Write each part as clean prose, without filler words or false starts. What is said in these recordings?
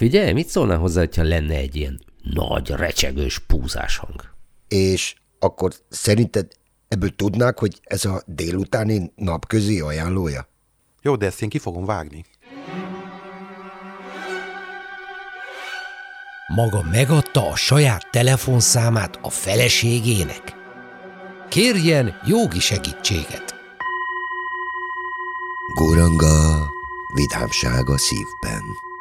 Figyelj, mit szólnál hozzá, hogyha lenne egy ilyen nagy, recsegős púzáshang? És akkor szerinted ebből tudnák, hogy ez a délutáni napközi ajánlója? Jó, de ezt én ki fogom vágni. Maga megadta a saját telefonszámát a feleségének? Kérjen jogi segítséget. Góranga, vidámság a szívben.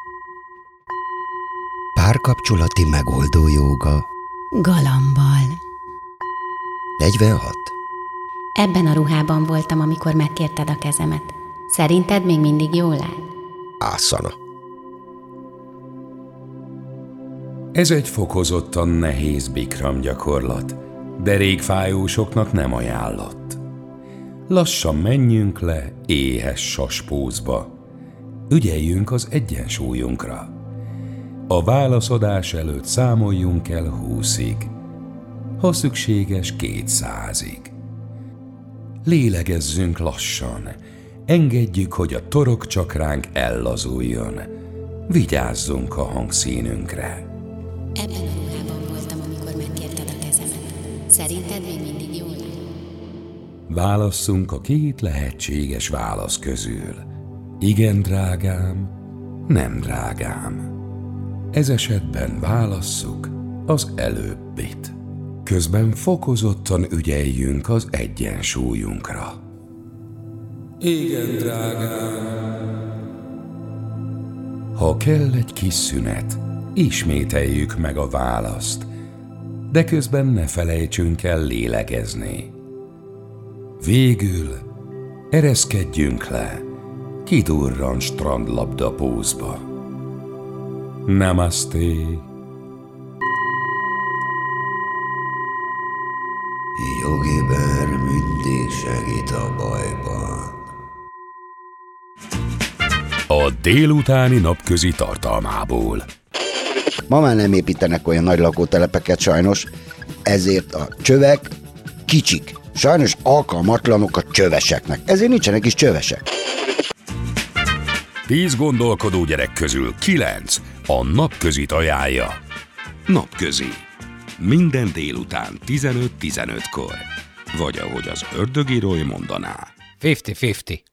Párkapcsolati megoldó jóga. Galambal. 46. Ebben a ruhában voltam, amikor megkérted a kezemet. Szerinted még mindig jól áll? Ászana. Ez egy fokozottan nehéz bikram gyakorlat, derékfájósoknak nem ajánlott. Lassan menjünk le éhes saspózba. Ügyeljünk az egyensúlyunkra. A válaszadás előtt számoljunk el 20-ig, ha szükséges 200-ig. Lélegezzünk lassan, engedjük, hogy a torokcsakránk ellazuljon. Vigyázzunk a hangszínünkre. Ebben a ruhában voltam, amikor megkérted a kezemet. Szerinted még mindig jól áll? Válasszunk a két lehetséges válasz közül. Igen, drágám, nem drágám. Ez esetben válasszuk az előbbit. Közben fokozottan ügyeljünk az egyensúlyunkra. Igen, drágám. Ha kell egy kis szünet, ismételjük meg a választ, de közben ne felejtsünk el lélegezni. Végül ereszkedjünk le, kidurran strandlabda pózba. Namaste. Jogiber mindig segít a bajban. A délutáni napközi tartalmából. Ma már nem építenek olyan nagy lakótelepeket sajnos, ezért a csövek kicsik. Sajnos alkalmatlanok a csöveseknek, ezért nincsenek is csövesek. 10 gondolkodó gyerek közül 9 a napközit ajánlja. Napközi. Minden délután 15-15-kor. Vagy ahogy az ördögírói mondaná. 50-50.